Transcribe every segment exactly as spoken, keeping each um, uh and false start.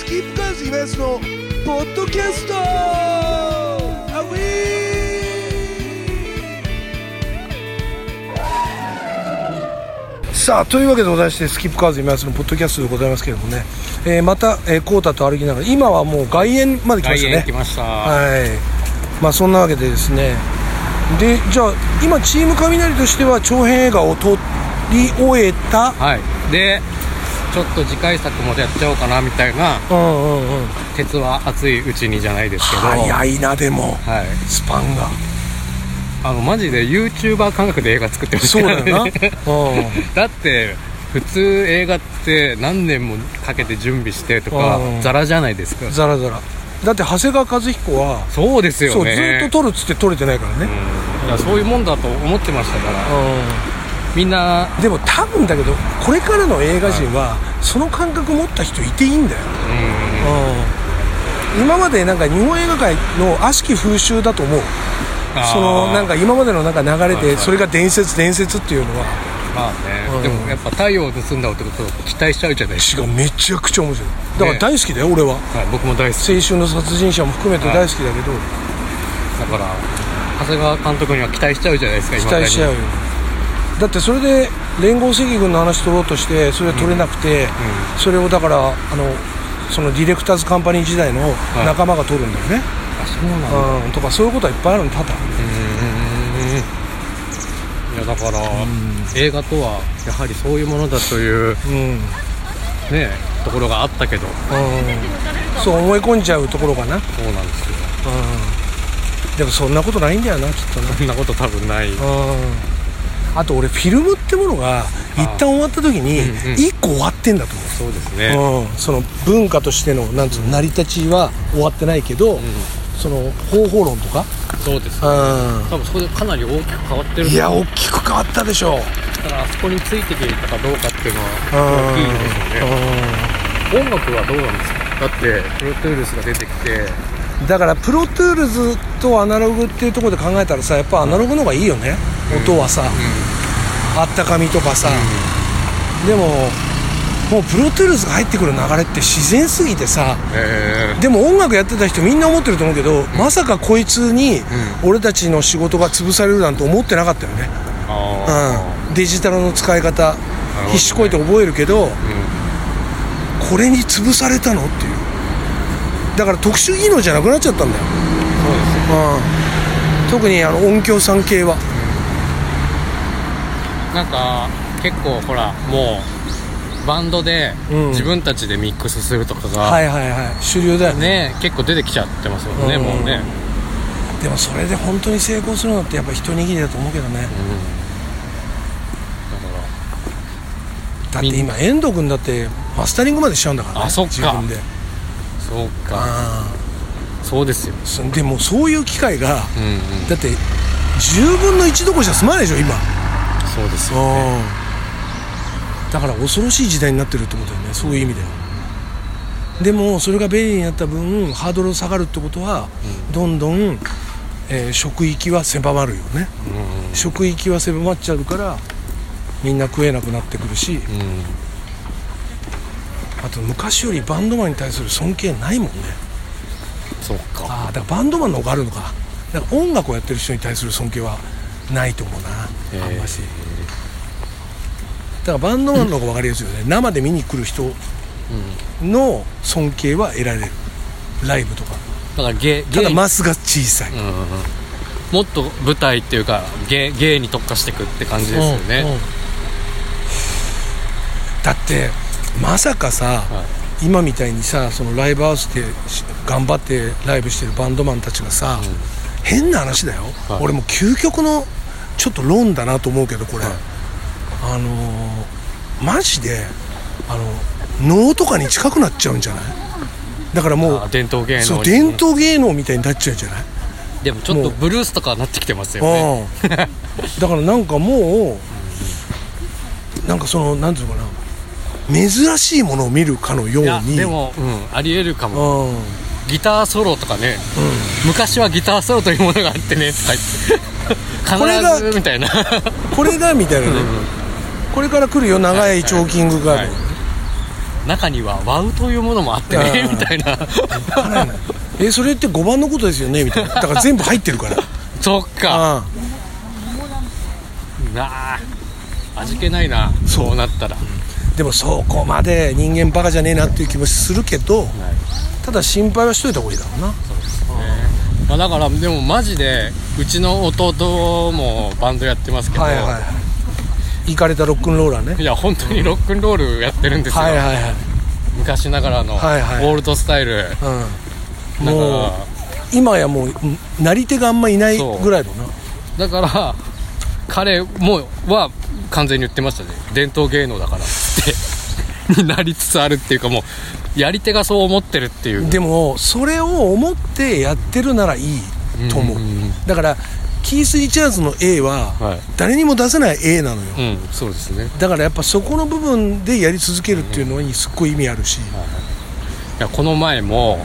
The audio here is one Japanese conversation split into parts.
キープカーズイベントのポッドキャストアウィー。さあというわけでございまして、スキップカーズイベントのポッドキャストでございますけれどもね、えー、また、えー、コータと歩きながら今はもう外苑まで来ましたね。 外苑来ました。 はい。まあそんなわけでですね、でじゃあ今チーム雷としては長編映画を撮り終えた。 はいでちょっと次回作もやっちゃおうかなみたいな、 うんうんうん、 鉄は熱いうちにじゃないですけど、 早いな。でも、 はい、 スパンがあのマジで YouTuber 感覚で映画作ってましたからね。 そうだよな、うん、 だって普通映画って何年もかけて準備してとか、うん、ザラじゃないですか。 ザラザラだって長谷川和彦はそうですよね。 そうずっと撮るっつって撮れてないからね、 うん、いやそういうもんだと思ってましたから、うん、みんな。でも多分だけどこれからの映画人はその感覚持った人いていいんだよ、うんうん、今までなんか日本映画界の悪しき風習だと思う。そのなんか今までのなんか流れでそれが伝説伝説っていうのはまあね、うん、でもやっぱ太陽を盗んだ男と期待しちゃうじゃないですか。 違う、めちゃくちゃ面白い。だから大好きだよ、ね、俺は、はい、 僕も大好き。 青春の殺人者も含めて大好きだけど、はい、 だから長谷川監督には期待しちゃうじゃないですか。 期待しちゃうよ。だってそれで連合赤軍の話取ろうとしてそれは取れなくて、うんうん、それをだからあのそのディレクターズカンパニー時代の仲間が取るんだよね、はい、 あそうなんだ、 うん、とかそういうことはいっぱいあるの。ただいやだから、うん、映画とはやはりそういうものだという、うんね、ところがあったけど、 うん、そう思い込んじゃうところかな。 そうなんですよ、 うん、でもそんなことないんだよな、きっとな。 そんなこと多分ない、うん、 あと俺フィルムってものが一旦終わった時にいっこ終わってんだと思う。 そうですね、 うん、その文化としてのなんつうの成り立ちは終わってないけど、うん、その方法論とか。 そうですね、うん、多分そこでかなり大きく変わってる。 いや大きく変わったでしょう。 だからあそこについてきたかどうかっていうのは大きいんでしょうね。音楽はどうなんですか。だってプロトゥールスが出てきて、 だからプロトゥールズとアナログっていうところで考えたらさ、やっぱアナログの方がいいよね、うん、音はさ、うん、あったかみとかさ、うん、でももうプロトゥールズが入ってくる流れって自然すぎてさ、えー、でも音楽やってた人みんな思ってると思うけど、うん、まさかこいつに俺たちの仕事が潰されるなんて思ってなかったよね、うん、デジタルの使い方、ね、必死こいて覚えるけど、うん、これに潰されたのっていう。だから特殊技能じゃなくなっちゃったんだよ。 そうですよ、 うん、特にあの音響さん系は、 うん、なんか結構ほらもうバンドで自分たちでミックスするとかが、 うん、はいはいはい主流だよ ね, ね結構出てきちゃってますよね、うん、もうね。 でもそれで本当に成功するのってやっぱ一握りだと思うけどね、うん、だからだって今遠藤君だってマスタリングまでしちゃうんだからね。 あそっか、 自分で。 そうか、そうですよ。 でもそういう機会が、うんうん、だってじゅうぶんのいちどころじゃ済まないでしょ今。 そうですよね。 だから恐ろしい時代になってるってことだよね、そういう意味では。でもそれが便利になった分ハードル下がるってことは、うん、どんどん、えー、職域は狭まるよね、うんうん、職域は狭まっちゃうからみんな食えなくなってくるし、うん、あと昔よりバンドマンに対する尊敬ないもんね。 そっか。 ああ、だからバンドマンの方があるのか。だから音楽をやってる人に対する尊敬はないと思うな、あんまし。だからバンドマンの方が分かりやすいよね、うん、生で見に来る人の尊敬は得られる、ライブとか。 だからゲただマスが小さい、うんうん、 もっと舞台っていうかゲ芸に特化していくって感じですよね、うんうん、 だってまさかさ、はい、今みたいにさそのライブハウスで頑張ってライブしてるバンドマンたちがさ、うん、変な話だよ、はい、俺も究極のちょっと論だなと思うけどこれ、はい、あのー、マジであの能とかに近くなっちゃうんじゃない？だからもう伝統芸能、 そう伝統芸能みたいになっちゃうんじゃない？ でもちょっとブルースとかなってきてますよね。 だからなんかもうなんかそのなんていうのかな、珍しいものを見るかのように。いやでも、うん、ありえるかも。ギターソロとかね、うん、昔はギターソロというものがあってねとか言って必ずみたいなこれがみたいなね、うん、これから来るよ長いチョーキングがある、 はいはい、 中にはワウというものもあってねみたいなえそれってごばんのことですよねみたいな、だから全部入ってるからそっか、なあ味気ないな、そうなったら。 でもそこまで人間バカじゃねえなっていう気もするけど、はい、ただ心配はしといた方がいいだろうな。 そうですね、まあ、だからでもマジでうちの弟もバンドやってますけど、はいはいはい、 イカれたロックンローラーね。 いや本当にロックンロールやってるんですよ、はいはいはい、昔ながらのオールドスタイル、はいはい、 うん、もう今やもうなり手があんまいないぐらいだな。 だから彼もは完全に言ってましたね、伝統芸能だからってになりつつあるっていうか、もうやり手がそう思ってるっていう。 でもそれを思ってやってるならいいと思う、うんうんうん、だからキース・リチャーズの A は誰にも出せない A なのよ、 はい、うん、そうですね。 だからやっぱそこの部分でやり続けるっていうのにすっごい意味あるし、うん、はい、いやこの前も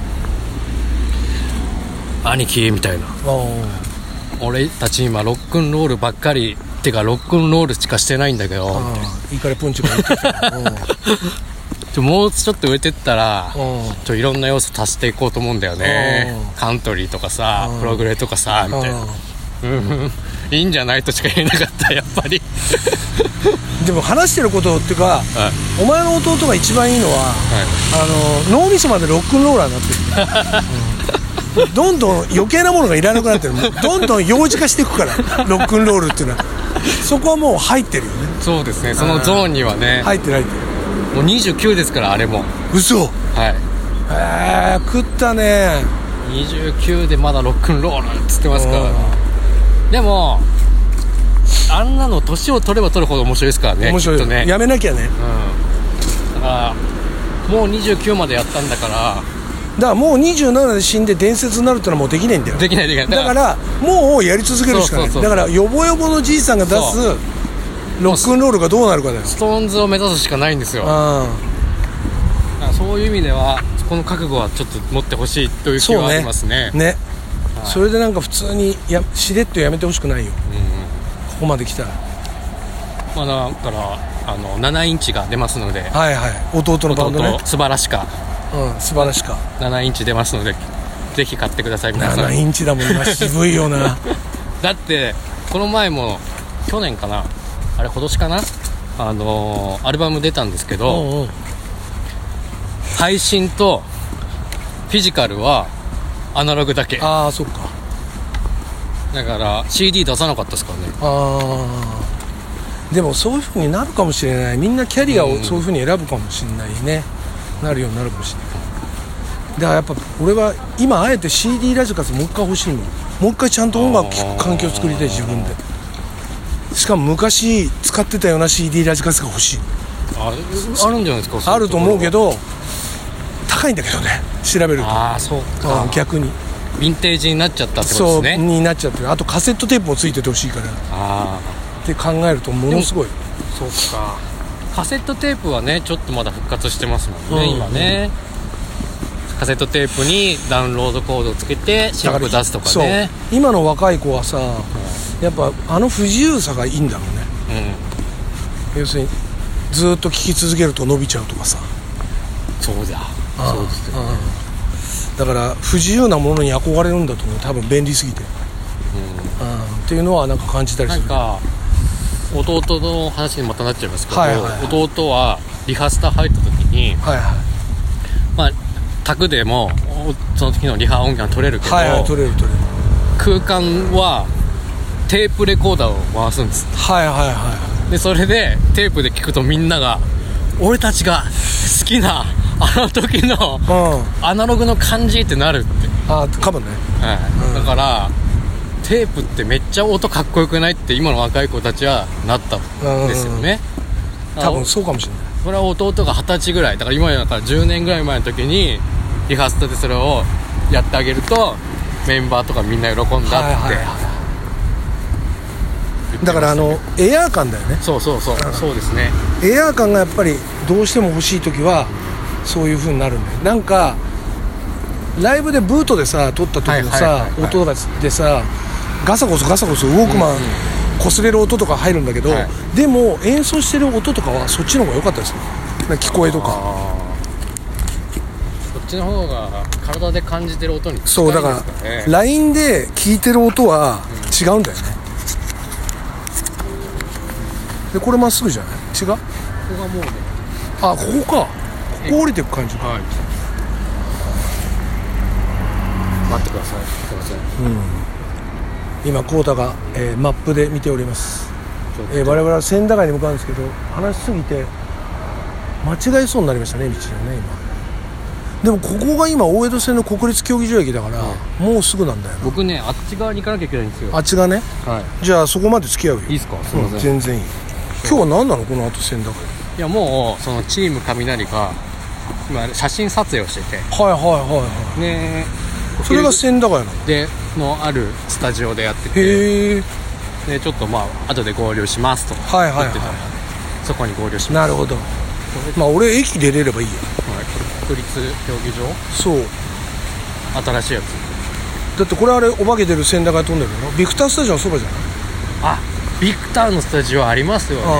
兄貴みたいな、俺たち今ロックンロールばっかりてかロックンロールしかしてないんだけど、 イカレポンチが言ってたちょもうちょっと植えてったらちょいろんな要素足していこうと思うんだよね。カントリーとかさプログレとかさみたいな、うんいいんじゃないとしか言えなかったやっぱりでも話してることっていうか、はい、お前の弟が一番いいのは、はい、あの脳みそまでロックンローラーになってる、うん、どんどん余計なものがいらなくなってるどんどん幼児化していくからロックンロールっていうのはそこはもう入ってるよね。 そうですね、そのゾーンにはね入ってる入ってる。 もうにじゅうきゅうですからあれも。 嘘。 はい。 へえ食ったね。 にじゅうきゅうでまだロックンロールっつってますから。でもあんなの年を取れば取るほど面白いですからね。 面白いきっとね。 やめなきゃね、 うん、だからもうにじゅうきゅうまでやったんだから、 だからもうにじゅうななで死んで伝説になるってのはもうできないんだよ。 できないできない。 だからもうやり続けるしかない。そうそうそう。だからヨボヨボのじいさんが出すロックンロールがどうなるかだよ。 ストーンズを目指すしかないんですよ。あそういう意味ではこの覚悟はちょっと持ってほしいという気はありますね。 そうね。ね、はい、それでなんか普通にやしれっとやめてほしくないよ、うんうん、ここまで来たら。 まあ、だからあのななインチが出ますので、 はいはい、弟のバンドね、 素晴らしか、 うん、素晴らしかななインチ出ますのでぜひ買ってください皆さん。 ななインチだもんな渋いよなだってこの前も去年かなあれ今年かなあのー、アルバム出たんですけど、おうおう配信とフィジカルはアナログだけ。 ああそっか。 だから シーディー 出さなかったですからね。 ああでもそういう風になるかもしれない。みんなキャリアをそういう風に選ぶかもしれないね、うん、なるようになるかもしれない。だからやっぱ俺は今あえて シーディー ラジカセもう一回欲しいもん。もう一回ちゃんと音楽聴く環境を作りたい自分で。しかも昔使ってたような シーディー ラジカセが欲しい。 あ, あるんじゃないですか。 あると思うけど高いんだけどね調べると。 ああそうか、 うん、逆にヴィンテージになっちゃったってことですね。 そうになっちゃってる。あとカセットテープもついててほしいから。あって考えるとものすごい。 そうかカセットテープはねちょっとまだ復活してますもんね、うん、今ね、うん、カセットテープにダウンロードコードをつけて新曲出すとかね。 そう今の若い子はさ、うん、やっぱあの不自由さがいいんだろうね、うん、要するにずっと聴き続けると伸びちゃうとかさ。 そうだそうですよね。 だから不自由なものに憧れるんだと思う多分便利すぎて、うん、うんっていうのはなんか感じたりする。 なんか弟の話にまたなっちゃいますけど、 はいはいはい、 弟はリハスタ入った時に、はいはい、まあ宅でもその時のリハ音源は取れるけど、はいはい、取れる取れる空間はテープレコーダーを回すんです。 はいはいはい。 でそれでテープで聞くとみんなが俺たちが好きなあの時のアナログの感じってなるって。 あかもね、 はい、うん、だからテープってめっちゃ音かっこよくないって今の若い子たちはなったんですよね、 うん、多分そうかもしれない。 これは弟がはたちぐらいだから今だからじゅうねんぐらい前の時にリハーサルでそれをやってあげるとメンバーとかみんな喜んだって、はいはいはい、 だからあのエアー感だよね。 そうそうそう、うん、そうですね。 エアー感がやっぱりどうしても欲しい時はそういう風になるんだよ。なんかライブでブートでさ撮った時のさ、はいはいはいはい、音がでさガサゴソガサゴソウォークマン擦れる音とか入るんだけど、はい、でも演奏してる音とかはそっちの方が良かったですよ。聞こえとかちの方が体で感じてる音に近いですかね。 そうだから ライン で聞いてる音は違うんだよね、うん、でこれまっすぐじゃない？違う？ここがもうね、 あ、ここか、ここ降りていく感じか。 はい、待ってください。すいません、 うん、今コウタが、えー、マップで見ております。えー、我々は千駄ヶ谷に向かうんですけど、話しすぎて間違えそうになりましたね、道がね今。でもここが今大江戸線の国立競技場駅だから、うん、もうすぐなんだよな。 僕ね、あっち側に行かなきゃいけないんですよ。 あっちがね、 はい、 じゃあそこまで付き合うよ。 いいっすか？すいません、 うん、全然いい。今日は何なのこの後千駄ヶ谷。 いやもうそのチーム雷が今写真撮影をしてて、 はいはいはいはい。 ね、 それが千駄ヶ谷なのでのあるスタジオでやってて、 へえ。 でちょっとまあ後で合流しますとはいはいはい、はい、 そこに合流します。 なるほど。まあ俺駅出れればいいや。 はい、国立競技場。 そう、 新しいやつだってこれあれお化け出る千駄ヶ谷トンネルのビクタースタジオのそばじゃない？ あ、ビクターのスタジオありますよね。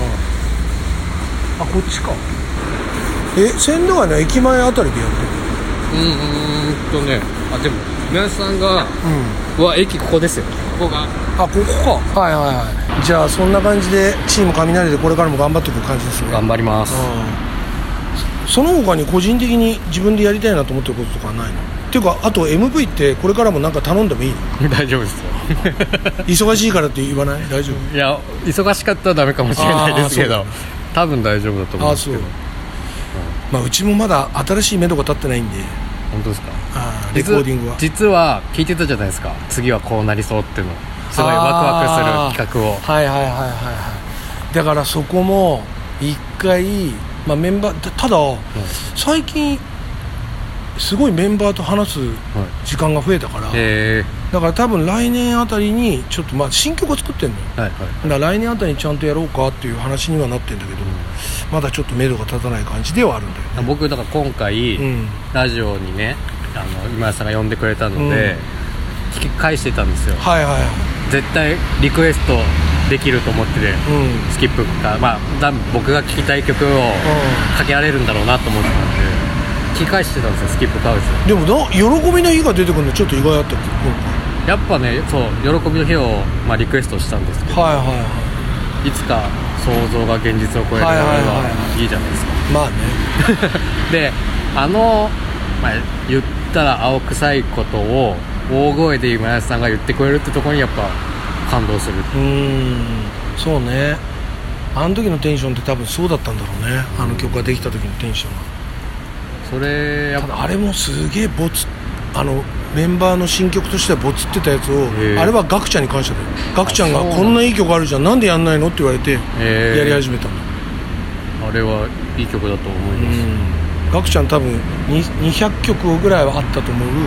ああ、こっちか。え、千駄ヶ谷の駅前あたりでやってる？ うんうんとね、あ、でも皆さんが、うん、は駅ここですよ。ここが、 あ、ここか。はいはいはい。じゃあそんな感じでチーム雷でこれからも頑張っていく感じですね。 頑張ります。 その他に個人的に自分でやりたいなと思ってることとかはないの？っていうか、あと エムブイ ってこれからもなんか頼んでもいいの？ 大丈夫ですよ忙しいからって言わない？大丈夫？ いや、忙しかったらダメかもしれないですけど、多分大丈夫だと思うんですけど。あ、そう、うん、 まあうちもまだ新しい目処が立ってないんで。 本当ですか？ あ、レコーディングは実は聞いてたじゃないですか、次はこうなりそうっていうの、すごいワクワクする企画を。 はいはいはいはいはい。だからそこも一回、まあ、メンバーただ、うん、最近すごいメンバーと話す時間が増えたから、はい、だから多分来年あたりにちょっと、まあ新曲を作ってんのよ、はいはいはい、だから来年あたりにちゃんとやろうかっていう話にはなってんだけど、うん、まだちょっと目処が立たない感じではあるんだよね。 僕だから今回、うん、ラジオにね、あの今井さんが呼んでくれたので、うん、聞き返してたんですよ。はいはいはい、絶対リクエストできると思ってて、うん、スキップか、まあ多分僕が聴きたい曲をかけられるんだろうなと思ってたんで、聞き返してたんですよ、スキップカウズ。 でもな、喜びの日が出てくるのちょっと意外だったっけ？ やっぱね、そう、喜びの日を、まあ、リクエストしたんですけど、はいはいはい、いつか想像が現実を超えるのはいいじゃないですか。 まあねで、あの、まあ、言ったら青臭いことを大声で今安さんが言ってくれるってところにやっぱ感動する。うーん、そうね。あの時のテンションって多分そうだったんだろうね、あの曲ができた時のテンションは。 それやっぱただあれもすげえボツ、あのメンバーの新曲としてはボツってたやつを、あれはガクちゃんに感謝だよ。ガクちゃんがこんないい曲あるじゃん、なんでやんないのって言われてやり始めたの。 あれはいい曲だと思います。 ガクちゃん多分にひゃっきょくぐらいはあったと思う、うん、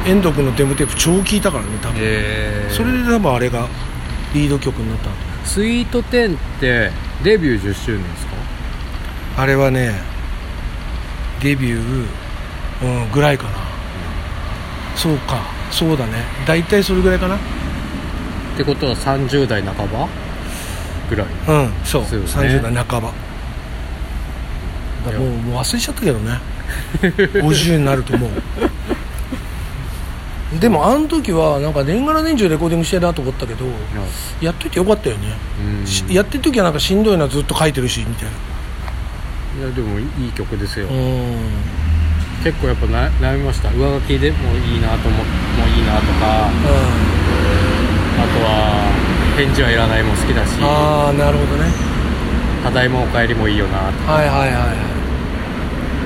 遠藤君のデモテープ超聴いたからね多分、それで多分あれがリード曲になったんだ。 スイートテンってデビューじゅっしゅうねんですか？ あれはね、デビュー、うん、ぐらいかな、うん、そうか、そうだね、大体それぐらいかな。 ってことはさんじゅうだいなかばぐらい。 うん、そう、そうですね、さんじゅうだいなかばだ。もう、もう忘れちゃったけどねごじゅうになるともうでもあの時はなんか年がら年中レコーディングしてるなと思ったけど、うん、やっといてよかったよね。やってる時はなんかしんどいな、ずっと書いてるしみたいな。 いやでもいい曲ですよ。うん、結構やっぱな悩みました。上書きでもいいなと思もういいなとか、うん、あとは返事はいらないも好きだし、 ああなるほどね、 ただいまお帰りもいいよなとか、はいはいはいはい、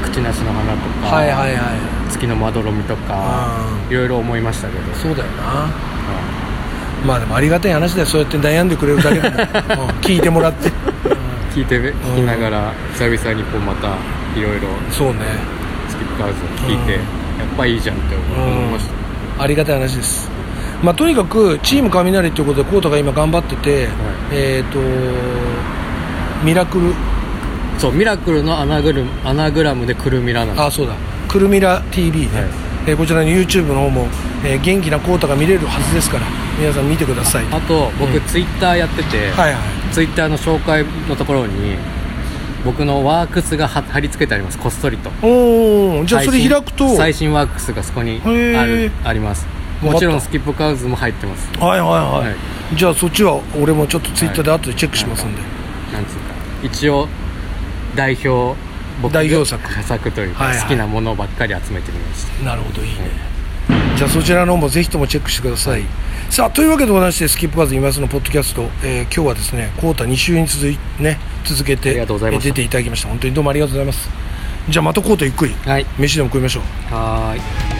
口なしの花とか、はいはいはい、月のまどろみとか、いろいろ思いましたけど。 そうだよな、うん、まあでもありがたい話でそうやって悩んでくれるだけでも、うん、聞いてもらって聞いて聞きながら、久々にこうまたいろいろそうね、 スキップカウズ聞いて、うん、やっぱいいじゃんって思いました、 うん、ありがたい話です。まあとにかくチーム雷ということでコートが今頑張ってて、はい、えっ、ー、とミラクル、 そうミラクルのアナグルアナグラムでクルミラなんです。 あ、そうだ、クルミラ ティーブイ ね、はい、えー、こちらの YouTube の方も、えー、元気なコートが見れるはずですから皆さん見てください。 あと僕、うん、ツイッターやってて、はいはい、ツイッターの紹介のところに僕のワークスが貼り付けてあります。こっそりと。 おー、じゃあそれ開くと最新ワークスがそこにあるあります。もちろんスキップカウズも入ってます。 はいはいはい、 はい、 じゃあそっちは俺もちょっとツイッターで後でチェックしますんで、 はいはい、なんつうか一応代表僕代表作作というか、はいはい、好きなものばっかり集めてみました。 なるほど、いいね、はい、じゃあそちらの方もぜひともチェックしてください、はい、さあというわけでございまして、スキップカーズ今安のポッドキャスト、えー、今日はですねコータに週に続い、ね、続けて出ていただきました。本当にどうもありがとうございます。じゃあまたコータゆっくり、はい、飯でも食いましょう。 はーい。